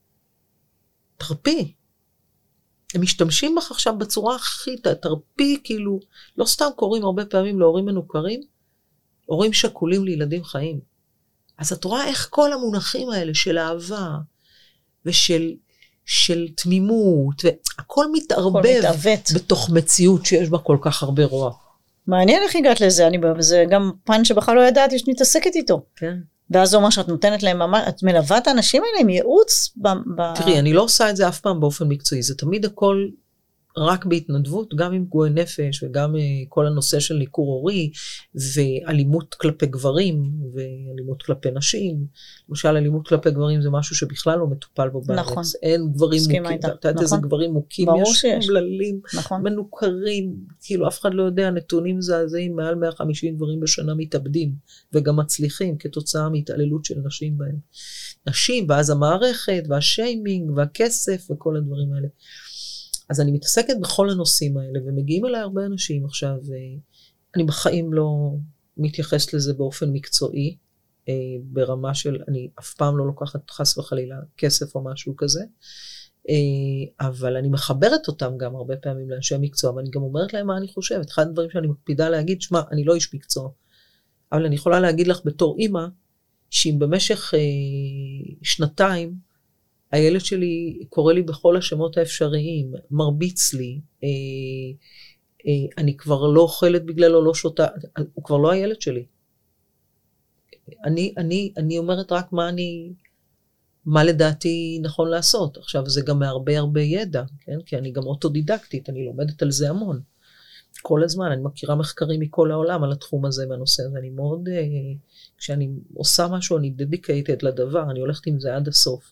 תרפי. הם משתמשים בך עכשיו בצורה הכי, תרפי, כאילו, לא סתם קוראים הרבה פעמים להורים מנוכרים, הורים שקולים לילדים חיים. אז את רואה איך כל המונחים האלה של אהבה, ושל של תמימות, והכל מתערבב בתוך מציאות שיש בה כל כך הרבה רוע. מעניין איך הגעת לזה, אני, זה גם פן שבכלל לא ידעתי שנתעסקת איתו. כן. ואז זה אומר שאת נותנת להם, את מלווה את האנשים האלה עם ייעוץ? ב, ב... תראי, אני לא עושה את זה אף פעם באופן מקצועי, זה תמיד הכל רק בהתנדבות, גם עם פגועי נפש, וגם כל הנושא של ניכור הורי, ואלימות כלפי גברים, ואלימות כלפי נשים. למשל, אלימות כלפי גברים זה משהו שבכלל לא מטופל בו בארץ. נכון. אין גברים מוכים, אתה יודעת נכון. איזה גברים מוכים, יש מובללים, נכון. מנוכרים, כאילו אף אחד לא יודע, נתונים זעזעים, מעל מאה וחמישים גברים בשנה מתאבדים, וגם מצליחים כתוצאה מהתעללות של נשים בהם. נשים, ואז המערכת, והשיימינג, והכסף, וכל הדברים האלה. אז אני מתעסקת בכל הנושאים האלה, ומגיעים אליי הרבה אנשים עכשיו, אני בחיים לא מתייחסת לזה באופן מקצועי, ברמה של, אני אף פעם לא לוקחת חס וחלילה כסף או משהו כזה, אבל אני מחברת אותם גם הרבה פעמים לאנשי המקצוע, ואני גם אומרת להם מה אני חושבת. אחד הדברים שאני מקפידה להגיד, שמה, אני לא איש מקצוע, אבל אני יכולה להגיד לך בתור אימא, שאם במשך שנתיים, הילד שלי קורא לי בכל השמות האפשריים, מרביץ לי, אה, אה, אני כבר לא אוכלת בגללו, לא שותה, הוא כבר לא הילד שלי. אני, אני, אני אומרת רק מה אני, מה לדעתי נכון לעשות. עכשיו זה גם מהרבה הרבה ידע, כן? כי אני גם אוטודידקטית, אני לומדת על זה המון. כל הזמן, אני מכירה מחקרים מכל העולם על התחום הזה והנושא הזה, אני מאוד, כשאני עושה משהו, אני dedicated לדבר, אני הולכת עם זה עד הסוף.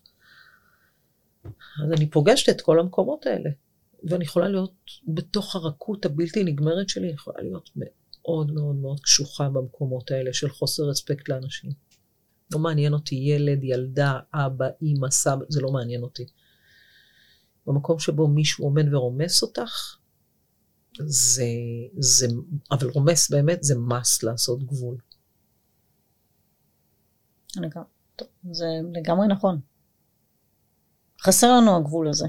אז אני פוגשת את כל המקומות האלה, ואני יכולה להיות בתוך הרכות הבלתי נגמרת שלי, אני יכולה להיות מאוד מאוד מאוד קשוחה במקומות האלה, של חוסר רספקט לאנשים. לא מעניין אותי ילד, ילדה, אבא, אמא, סבא, זה לא מעניין אותי. במקום שבו מישהו עומד ורומס אותך, זה, זה, אבל רומס באמת זה מס לעשות גבול. לגמרי, טוב, זה לגמרי נכון. חסר לנו הגבול הזה.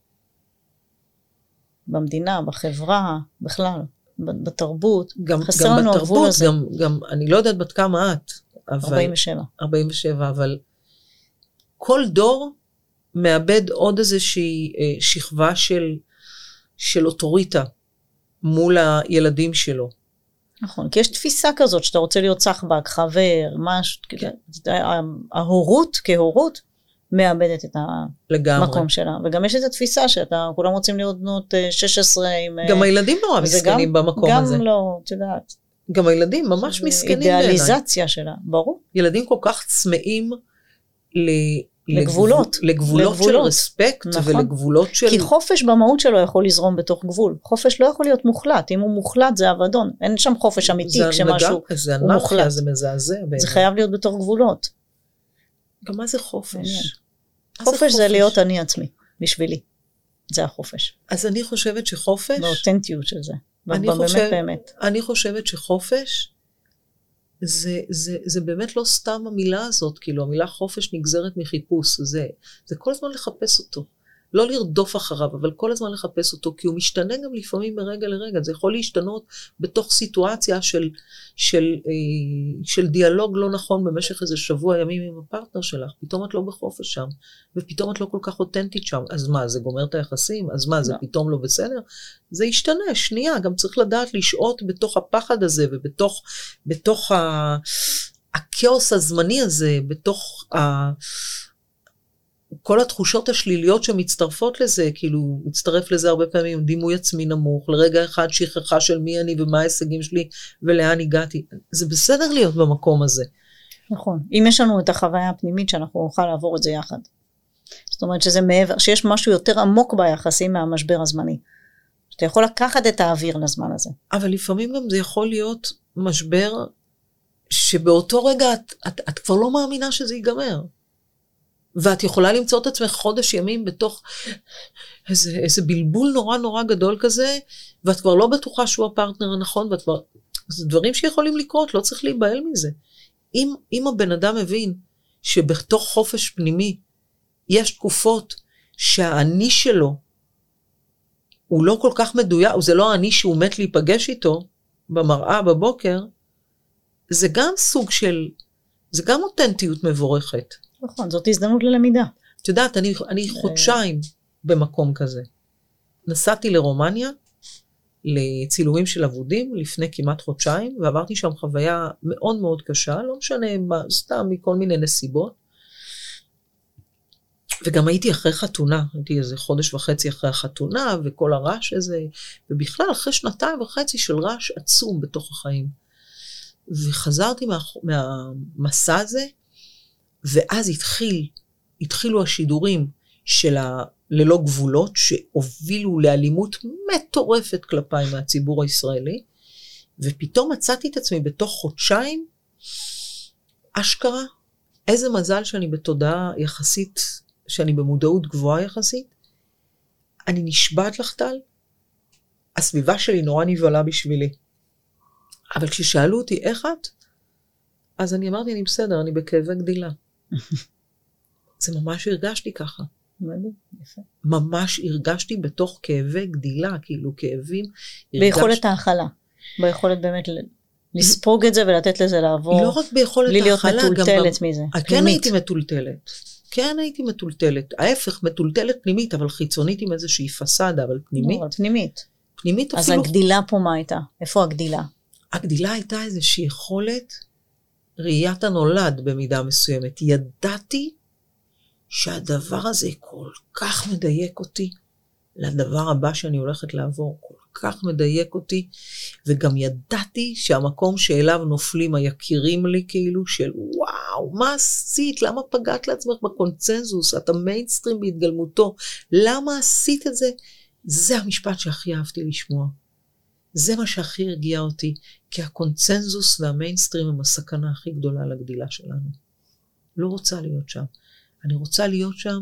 במדינה, בחברה, בכלל, בתרבות. גם, חסר גם לנו בתרבות, הגבול הזה. גם, גם, אני לא יודעת בת כמה את. אבל, ארבעים ושבע. ארבעים ושבע, אבל כל דור מאבד עוד איזושהי אה, שכבה של, של אוטוריטה מול הילדים שלו. נכון, כי יש תפיסה כזאת שאתה רוצה להיות סחבק, חבר, משהו, כן. ההורות כהורות מאבדת את לגמרי. המקום שלה, וגם יש את התפיסה שאתה, כולם רוצים להיות בנות שש עשרה עם... גם הילדים נורא מסכנים גם, במקום גם הזה. גם לא, את יודעת. גם הילדים ממש מסכנים בעיניי. אידיאליזציה שלה, ברור. ילדים כל כך צמאים ל... לגבולות. לגבולות, לגבולות של רספקט, נכון. ולגבולות של... כי חופש במהות שלו יכול לזרום בתוך גבול. חופש לא יכול להיות מוחלט. אם הוא מוחלט זה אבדון. אין שם חופש אמיתי כשמשהו זה הוא מוחלט. זה מזעזע. זה חייב להיות בתוך גבולות. גם מה זה חופש? חופש זה להיות אני עצמי, בשבילי. זה החופש. אז אני חושבת שחופש... באותנטיות של זה. אני באמת חושב, באמת. אני חושבת שחופש זה, זה, זה באמת לא סתם המילה הזאת, כאילו המילה חופש נגזרת מחיפוש, זה, זה כל הזמן לחפש אותו, לא לרדוף אחריו, אבל כל הזמן לחפש אותו, כי הוא משתנה גם לפעמים מרגע לרגע, זה יכול להשתנות בתוך סיטואציה של, של, של דיאלוג לא נכון במשך איזה שבוע ימים עם הפרטנר שלך, פתאום את לא בחופש שם, ופתאום את לא כל כך אותנטית שם, אז מה, זה גומר את היחסים? אז מה, זה פתאום לא בסדר? זה ישתנה, שנייה, גם צריך לדעת לשעות בתוך הפחד הזה, ובתוך בתוך ה, הכאוס הזמני הזה, בתוך ה... כל התחושות השליליות שמצטרפות לזה, כאילו מצטרף לזה הרבה פעמים דימוי עצמי נמוך, לרגע אחד שכחה של מי אני ומה ההישגים שלי ולאן הגעתי. זה בסדר להיות במקום הזה. נכון. אם יש לנו את החוויה הפנימית שאנחנו נוכל לעבור את זה יחד. זאת אומרת שזה מעבר, שיש משהו יותר עמוק ביחסים מהמשבר הזמני. שאתה יכול לקחת את האוויר לזמן הזה. אבל לפעמים גם זה יכול להיות משבר שבאותו רגע את, את, את כבר לא מאמינה שזה ייגמר. ואת יכולה למצוא את עצמך חודש ימים בתוך איזה, איזה בלבול נורא נורא גדול כזה, ואת כבר לא בטוחה שהוא הפרטנר הנכון, ואת כבר, זה דברים שיכולים לקרות, לא צריך להיבהל מזה. אם, אם הבן אדם מבין שבתוך חופש פנימי, יש תקופות שהאני שלו, הוא לא כל כך מדויק, זה לא האני שהוא מת להיפגש איתו, במראה בבוקר, זה גם סוג של, זה גם אותנטיות מבורכת. נכון, זאת הזדמנות ללמידה. את יודעת, אני, אני חודשיים במקום כזה. נסעתי לרומניה, לצילומים של עבודים, לפני כמעט חודשיים, ועברתי שם חוויה מאוד מאוד קשה, לא משנה מה, סתם מכל מיני נסיבות. וגם הייתי אחרי חתונה, הייתי איזה חודש וחצי אחרי החתונה, וכל הרעש הזה, ובכלל אחרי שנתיים וחצי של רעש עצום בתוך החיים. וחזרתי מה, מהמסע הזה, ואז התחיל, התחילו השידורים של הללא גבולות, שהובילו לאלימות מטורפת כלפיי מהציבור הישראלי, ופתאום מצאתי את עצמי בתוך חודשיים, אשכרה, איזה מזל שאני בתודעה יחסית, שאני במודעות גבוהה יחסית, אני נשבעת לך טל, הסביבה שלי נורא נבהלה בשבילי, אבל כששאלו אותי איך את, אז אני אמרתי, אני בסדר, אני בכאבי גדילה. זה ממש הרגשתי ככה. יפה. ממש הרגשתי בתוך כאבי גדילה, כאילו כאבים. ביכולת האכלה. ביכולת באמת לספוג את זה ולתת לזה לעבור. לא רק ביכולת האכלה. בלי להיות מטולטלת מזה. כן הייתי מטולטלת. כן הייתי מטולטלת. ההפך, מטולטלת פנימית, אבל חיצונית עם איזושהי פסדה, אבל פנימית. אבל פנימית. פנימית אפילו. אז הגדילה פה מה הייתה? איפה הגדילה? הגדילה הייתה איזושהי יכולת ראיית הנולד במידה מסוימת. ידעתי שהדבר הזה כל כך מדייק אותי, לדבר הבא שאני הולכת לעבור, כל כך מדייק אותי, וגם ידעתי שהמקום שאליו נופלים היקירים לי, כאילו של וואו, מה עשית? למה פגעת לעצמך בקונצנזוס? אתה מיינסטרים בהתגלמותו, למה עשית את זה? זה המשפט שהכי אהבתי לשמוע. זה מה שהכי הרגיע אותי, כי הקונצנזוס והמיינסטרים הם הסכנה הכי גדולה לגדילה שלנו. לא רוצה להיות שם. אני רוצה להיות שם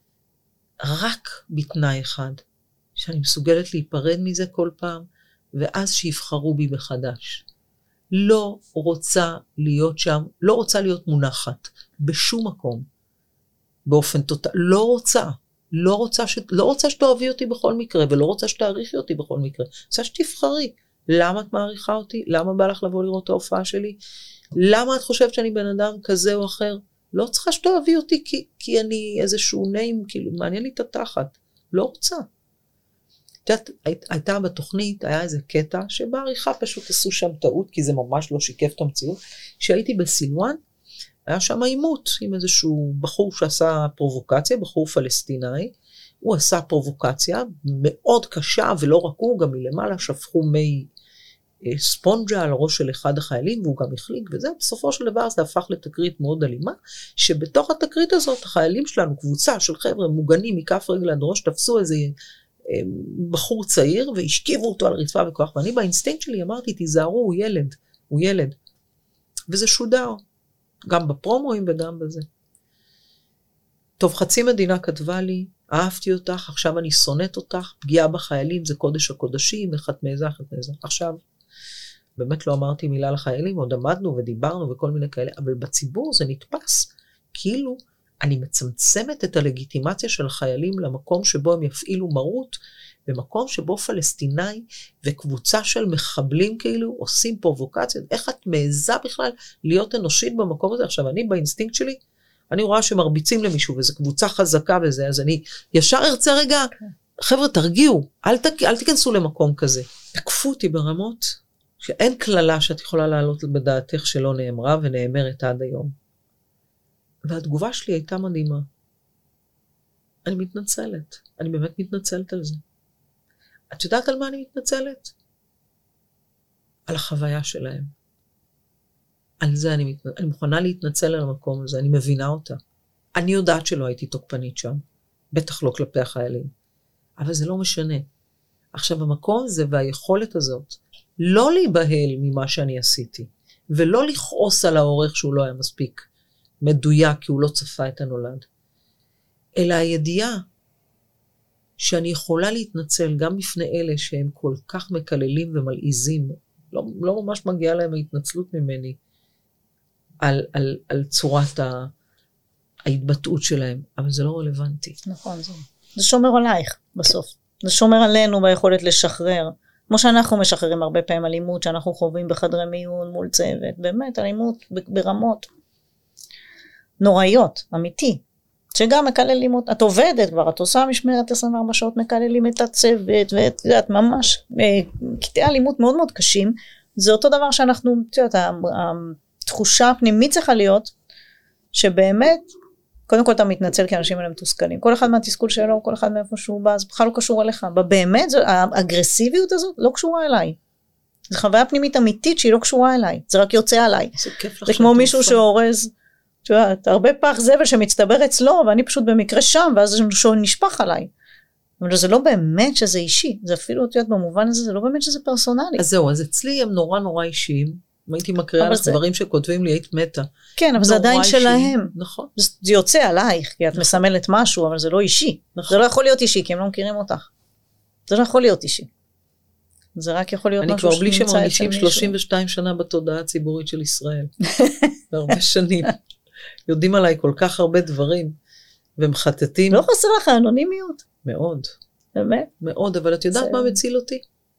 רק בתנאי אחד, שאני מסוגלת להיפרד מזה כל פעם, ואז שיבחרו בי מחדש. לא רוצה להיות שם, לא רוצה להיות מונחת, בשום מקום, באופן טוטל, לא רוצה, לא רוצה, ש... לא רוצה שתאהבי אותי בכל מקרה, ולא רוצה שתעריכי אותי בכל מקרה, רוצה שתבחרי, למה את מעריכה אותי? למה בא לך לבוא לראות את ההופעה שלי? למה את חושבת שאני בן אדם כזה או אחר? לא צריכה שתאהבי אותי כי, כי אני איזשהו נעים, כאילו, מעניין לי את התחת. לא רוצה. את יודעת, הייתה בתוכנית, היה איזה קטע, שבעריכה פשוט עשו שם טעות, כי זה ממש לא שיקף את המציאות. כשהייתי בסילואן, היה שם עימות עם איזשהו בחור שעשה פרובוקציה, בחור פלסטיני, הוא עשה פרובוקציה מאוד קשה, ולא רק הוא, גם מלמעלה שפכו מי ספונג'ה על ראש של אחד החיילים, והוא גם החליק, וזה בסופו של דבר זה הפך לתקרית מאוד אלימה, שבתוך התקרית הזאת החיילים שלנו, קבוצה של חבר'ה מוגנים מכף רגל עד ראש, תפסו איזה בחור צעיר, והשכיבו אותו על רצפה וכוח, ואני באינסטינקט שלי אמרתי, תיזהרו, הוא ילד, הוא ילד. וזה שודר, גם בפרומואים וגם בזה. טוב, חצי מדינה כתבה לי, אהבתי אותך, עכשיו אני שונאת אותך, פגיעה בחיילים זה קודש הקודשים, איך את מעזה, איך את מעזה. עכשיו, באמת לא אמרתי מילה לחיילים, עוד עמדנו ודיברנו וכל מיני כאלה, אבל בציבור זה נתפס, כאילו אני מצמצמת את הלגיטימציה של החיילים למקום שבו הם יפעילו מרות, במקום שבו פלסטיני וקבוצה של מחבלים כאילו עושים פרובוקציות, איך את מעזה בכלל להיות אנושית במקום הזה? עכשיו אני באינסטינקט שלי, אני רואה שמרביצים למישהו, וזו קבוצה חזקה וזה, אז אני ישר ארצה רגע, חבר'ה תרגיעו, אל, ת, אל תיכנסו למקום כזה. תקפו אותי ברמות, שאין כללה שאת יכולה לעלות בדעתך שלא נאמרה, ונאמרת עד היום. והתגובה שלי הייתה מדהימה. אני מתנצלת, אני באמת מתנצלת על זה. את יודעת על מה אני מתנצלת? על החוויה שלהם. על זה אני, מת... אני מוכנה להתנצל על המקום הזה, אני מבינה אותה. אני יודעת שלא הייתי תוקפנית שם, בטח לא כלפי החיילים, אבל זה לא משנה. עכשיו המקום הזה והיכולת הזאת, לא להיבהל ממה שאני עשיתי, ולא לכעוס על העורך שהוא לא היה מספיק מדויק, כי הוא לא צפה את הנולד, אלא הידיעה שאני יכולה להתנצל גם בפני אלה שהם כל כך מקללים ומלעיזים, לא, לא ממש מגיעה להם ההתנצלות ממני, על, על, על צורת ה, ההתבטאות שלהם, אבל זה לא רלוונטי. נכון, זה, זה שומר עלייך בסוף. זה שומר עלינו ביכולת לשחרר. כמו שאנחנו משחררים הרבה פעמים אלימות, שאנחנו חווים בחדרי מיון מול צוות, באמת אלימות ברמות נוראיות, אמיתי. שגם מקללים, את עובדת כבר, את עושה משמרת עשרים וארבע שעות, מקללים את הצוות, ואת יודעת, ממש, קטעי אלימות מאוד מאוד קשים, זה אותו דבר שאנחנו, את יודעת, התחושה הפנימית צריכה להיות, שבאמת, קודם כל אתה מתנצל כי אנשים האלה מתוסכלים, כל אחד מהתסכול שלו, כל אחד מאיפה שהוא בא, זה בכלל לא קשור אליך, באמת, האגרסיביות הזאת לא קשורה אליי, זו חוויה פנימית אמיתית שהיא לא קשורה אליי, זה רק יוצא עליי, זה, זה כמו מישהו שאורז, תיודעת, הרבה פח זבל שמצטבר אצלו, ואני פשוט במקרה שם, ואז זה נשפח עליי. אבל זה לא באמת שזה אישי, זה אפילו, תיודעת, במובן הזה, זה לא באמת שזה פרסונלי. אז זהו, אז אצלי הם נורא נורא אישיים, אם הייתי מקריאה לך דברים שכותבים לי, היית מתה. כן, אבל זה עדיין שלהם. נכון. זה יוצא עלייך, כי את מסמלת משהו, אבל זה לא אישי. זה לא יכול להיות אישי, כי הם לא מכירים אותך. זה לא יכול להיות אישי. זה רק יכול להיות משהו שנמצא אצל מישהו. אני כבר בלי שמרגישים שלושים ושתיים שנה בתודעה הציבורית של ישראל. בהרבה שנים. יודעים עליי כל כך הרבה דברים, ומחטטים. לא חסר לך אנונימיות? מאוד. באמת? מאוד, אבל את יודעת מה מציל אותי?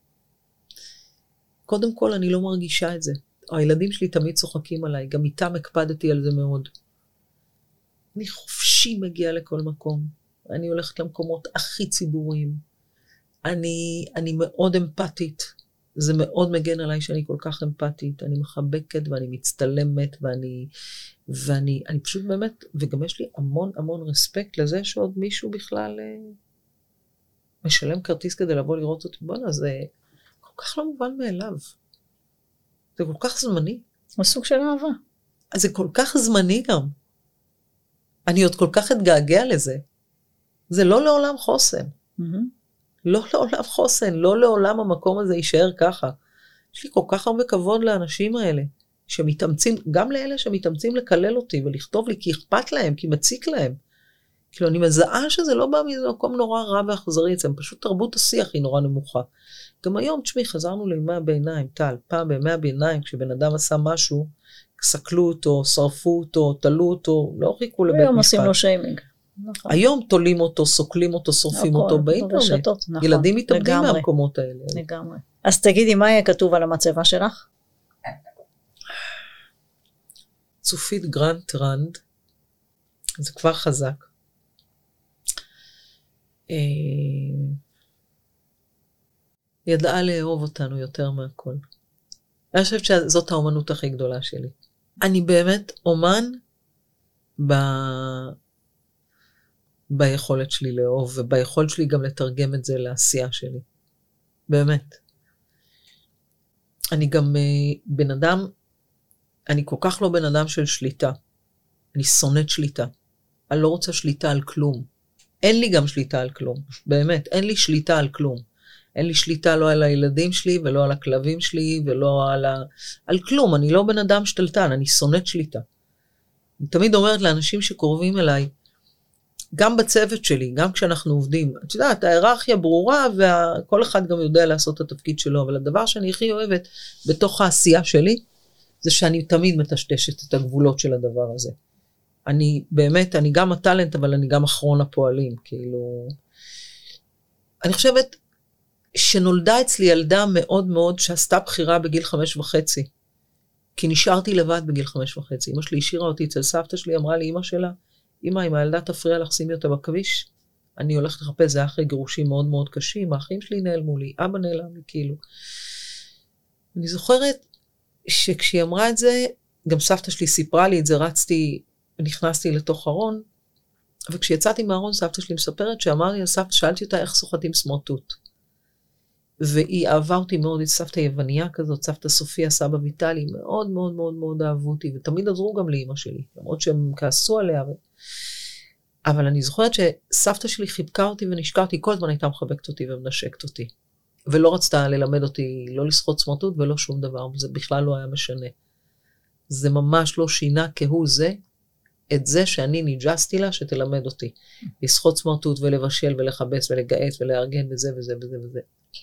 קודם כל אני לא מרגישה את זה. הילדים שלי תמיד צוחקים עליי, גם איתם הקפדתי על זה מאוד. אני חופשי מגיעה לכל מקום. אני הולכת למקומות הכי ציבוריים. אני, אני מאוד אמפתית. זה מאוד מגן עליי שאני כל כך אמפתית, אני מחבקת ואני מצטלמת ואני, ואני אני פשוט באמת, וגם יש לי המון המון רספקט לזה שעוד מישהו בכלל אה, משלם כרטיס כדי לבוא לראות אותי. בוא'נה, זה כל כך לא מובן מאליו. זה כל כך זמני. זה סוג של אהבה. אז זה כל כך זמני גם. אני עוד כל כך אתגעגע לזה. זה לא לעולם חוסן. Mm-hmm. לא לעולם חוסן, לא לעולם המקום הזה יישאר ככה. יש לי כל כך הרבה כבוד לאנשים האלה, שמתאמצים, גם לאלה שמתאמצים לקלל אותי ולכתוב לי, כי אכפת להם, כי מציק להם. כאילו, אני מזהה שזה לא בא מאיזה מקום נורא רע ואכזרי, זה פשוט תרבות השיח היא נורא נמוכה. גם היום, תשמעי, חזרנו לימי הביניים, טל, פעם בימי הביניים, כשבן אדם עשה משהו, סקלו אותו, שרפו אותו, תלו אותו, לא חיכו לבית משפט. היום עושים לו שיימינג. נכון. היום תולים אותו, סוקלים אותו, שורפים אותו באינטרנט. ברשתות, נכון. ילדים מתאבדים לגמרי. מהמקומות האלה. לגמרי. אז תגידי, מה יהיה כתוב על המצבה שלך? צופית גרנד טרנד, זה כבר חזק. ידעה לאהוב אותנו יותר מהכל. אני חושבת שזאת האומנות הכי גדולה שלי. אני באמת אומן ב... ביכולת שלי לאהוב, וביכולת שלי גם לתרגם את זה לעשייה שלי. באמת. אני גם בן אדם, אני כל כך לא בן אדם של שליטה. אני שונאת שליטה. אני לא רוצה שליטה על כלום. אין לי גם שליטה על כלום. באמת, אין לי שליטה על כלום. אין לי שליטה לא על הילדים שלי, ולא על הכלבים שלי, ולא על, ה... על כלום. אני לא בן אדם שתלטן, אני שונאת שליטה. אני תמיד אומרת לאנשים שקרובים אליי, גם בצוות שלי, גם כשאנחנו עובדים, את יודעת, ההיררכיה ברורה, וכל אחד גם יודע לעשות את התפקיד שלו, אבל הדבר שאני הכי אוהבת בתוך העשייה שלי, זה שאני תמיד מטשטשת את הגבולות של הדבר הזה. אני באמת, אני גם הטלנט, אבל אני גם אחרון הפועלים, כאילו, אני חושבת שנולדה אצלי ילדה מאוד מאוד, שעשתה בחירה בגיל חמש וחצי, כי נשארתי לבד בגיל חמש וחצי, אמא שלי השאירה אותי אצל סבתא שלי, אמרה לי, אמא שלה, אמא, אם הילדה תפריע לך, שימי אותה בכביש, אני הולכת לחפש, זה אחרי גירושים מאוד מאוד קשים, האחים שלי נעלמו לי, אבא נעלם לי, כאילו. אני זוכרת שכשהיא אמרה את זה, גם סבתא שלי סיפרה לי את זה, רצתי, נכנסתי לתוך ארון, וכשיצאתי מהארון, סבתא שלי מספרת, שאמר לי, סבתא, שאלתי אותה איך סוחטים סמרטוט. והיא אהבה אותי מאוד, היא סבתא יווניה כזאת, סבתא סופיה, סבא ויטלי, מאוד מאוד מאוד מאוד אהבו אותי, ותמיד עזרו גם לאמא שלי, למרות שהם כעסו עליה. ו... אבל אני זוכרת שסבתא שלי חיבקה אותי ונשקעתי, כל הזמן הייתה מחבקת אותי ומנשקת אותי. ולא רצתה ללמד אותי, לא לשחוט סמרטוט ולא שום דבר, זה בכלל לא היה משנה. זה ממש לא שינה כהוא זה, את זה שאני ניג'סתי לה שתלמד אותי. לשחוט סמרטוט ולבשל ולחבס ולגעת ולארגן וזה וזה וזה וזה.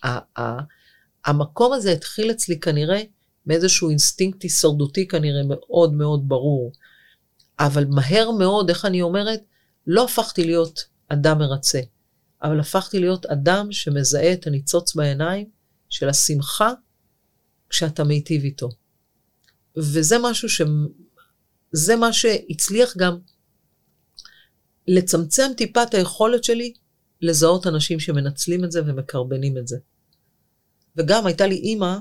המקום הזה התחיל אצלי כנראה מאיזשהו אינסטינקט הישרדותי כנראה מאוד מאוד ברור. אבל מהר מאוד, איך אני אומרת, לא הפכתי להיות אדם מרצה, אבל הפכתי להיות אדם שמזהה את הניצוץ בעיניים של השמחה כשאתה מיטיב איתו. וזה משהו ש... זה מה שהצליח גם לצמצם טיפה את היכולת שלי לזהות אנשים שמנצלים את זה ומקרבנים את זה. וגם הייתה לי אימא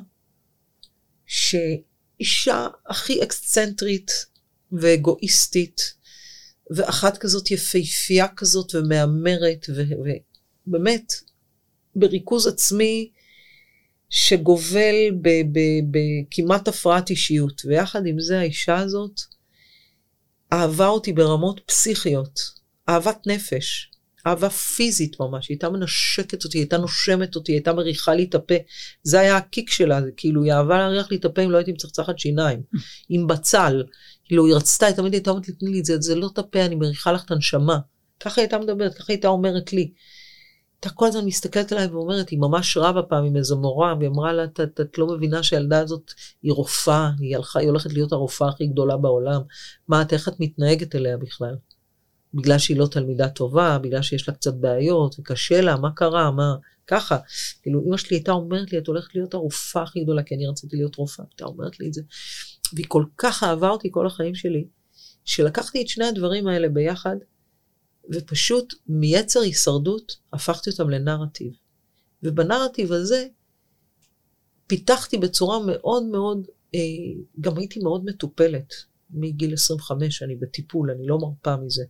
שאישה הכי אקסצנטרית ואגואיסטית, ואחת כזאת יפהפייה כזאת ומאמרת, ובאמת בריכוז עצמי שגובל בכמעט הפרעת אישיות. ויחד עם זה האישה הזאת אהבה אותי ברמות פסיכיות, אהבת נפש, אהבה פיזית ממש, היא הייתה מנשקת אותי, היא הייתה נושמת אותי, היא הייתה מריחה לי את הפה, זה היה הקיק שלה, כאילו היא אהבה להריח לי את הפה אם לא הייתי מצחצחת שיניים, עם בצל, כאילו היא רצתה, היא תמיד הייתה אומרת לי, זה, זה לא את הפה, אני מריחה לך את הנשמה, ככה היא הייתה מדברת, ככה היא הייתה אומרת לי, אתה כל הזמן מסתכלת עליי ואומרת, היא ממש רבה פעם עם איזו מורה, והיא אמרה לה, את, את, את לא מבינה שהילדה הזאת היא רופאה, היא, הלכה, היא הולכת להיות הרופאה הכי גדולה בעולם, מה את, איך את מתנהגת אליה בכלל? בגלל שהיא לא תלמידה טובה, בגלל שיש לה קצת בעיות, וקשה לה, מה קרה, מה, ככה. כאילו, אמא שלי הייתה אומרת לי, את הולכת להיות הרופאה הכי גדולה, כי אני רציתי להיות רופאה, הייתה אומרת לי את זה, והיא כל כך אהבה אותי כל החיים שלי, שלקחתי את שני הדברים האלה ביחד, ופשוט מיצר הישרדות, הפכתי אותם לנרטיב. ובנרטיב הזה, פיתחתי בצורה מאוד מאוד, גם הייתי מאוד מטופלת, מגיל עשרים וחמש, אני בטיפול, אני לא מרפה מזה.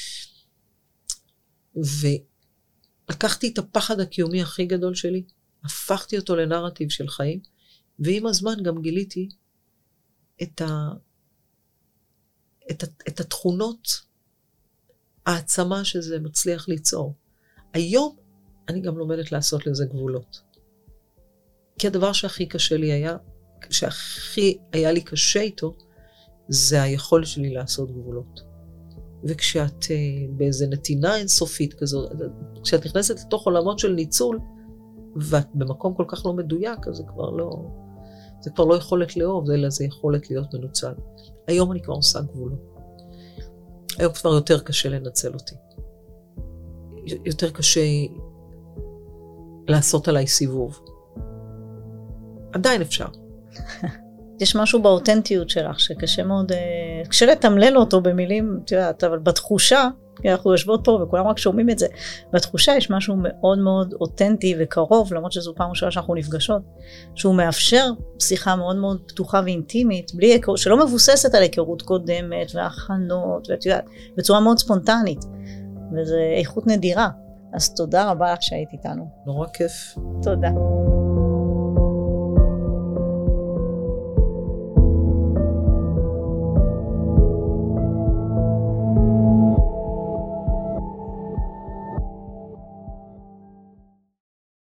ולקחתי את הפחד הקיומי הכי גדול שלי, הפכתי אותו לנרטיב של חיים, ועם הזמן גם גיליתי את, ה... את, ה... את התכונות, העצמה שזה מצליח ליצור. היום אני גם לומדת לעשות לזה גבולות. כי הדבר שהכי קשה לי היה, שהכי היה לי קשה איתו, זה היכולת שלי לעשות גבולות. וכשאת באיזה נתינה אינסופית כזו, כשאת נכנסת לתוך עולמות של ניצול, ואת במקום כל כך לא מדויק, אז זה כבר לא, זה כבר לא יכולת לאהוב, אלא זה יכולת להיות מנוצל. היום אני כבר עושה גבולות. היום כבר יותר קשה לנצל אותי. יותר קשה לעשות עליי סיבוב. עדיין אפשר. יש משהו באותנטיות שלך שקשה מאוד, קשה לתמלל אותו במילים, תראה, אבל בתחושה, כי אנחנו יושבות פה וכולם רק שומעים את זה, בתחושה יש משהו מאוד מאוד אותנטי וקרוב, למרות שזו פעם ראשונה שאנחנו נפגשות, שהוא מאפשר שיחה מאוד מאוד פתוחה ואינטימית, בלי, שלא מבוססת על היכרות קודמת והכנות, ואת יודעת, בצורה מאוד ספונטנית, וזו איכות נדירה. אז תודה רבה לך שהיית איתנו. נורא כיף. תודה.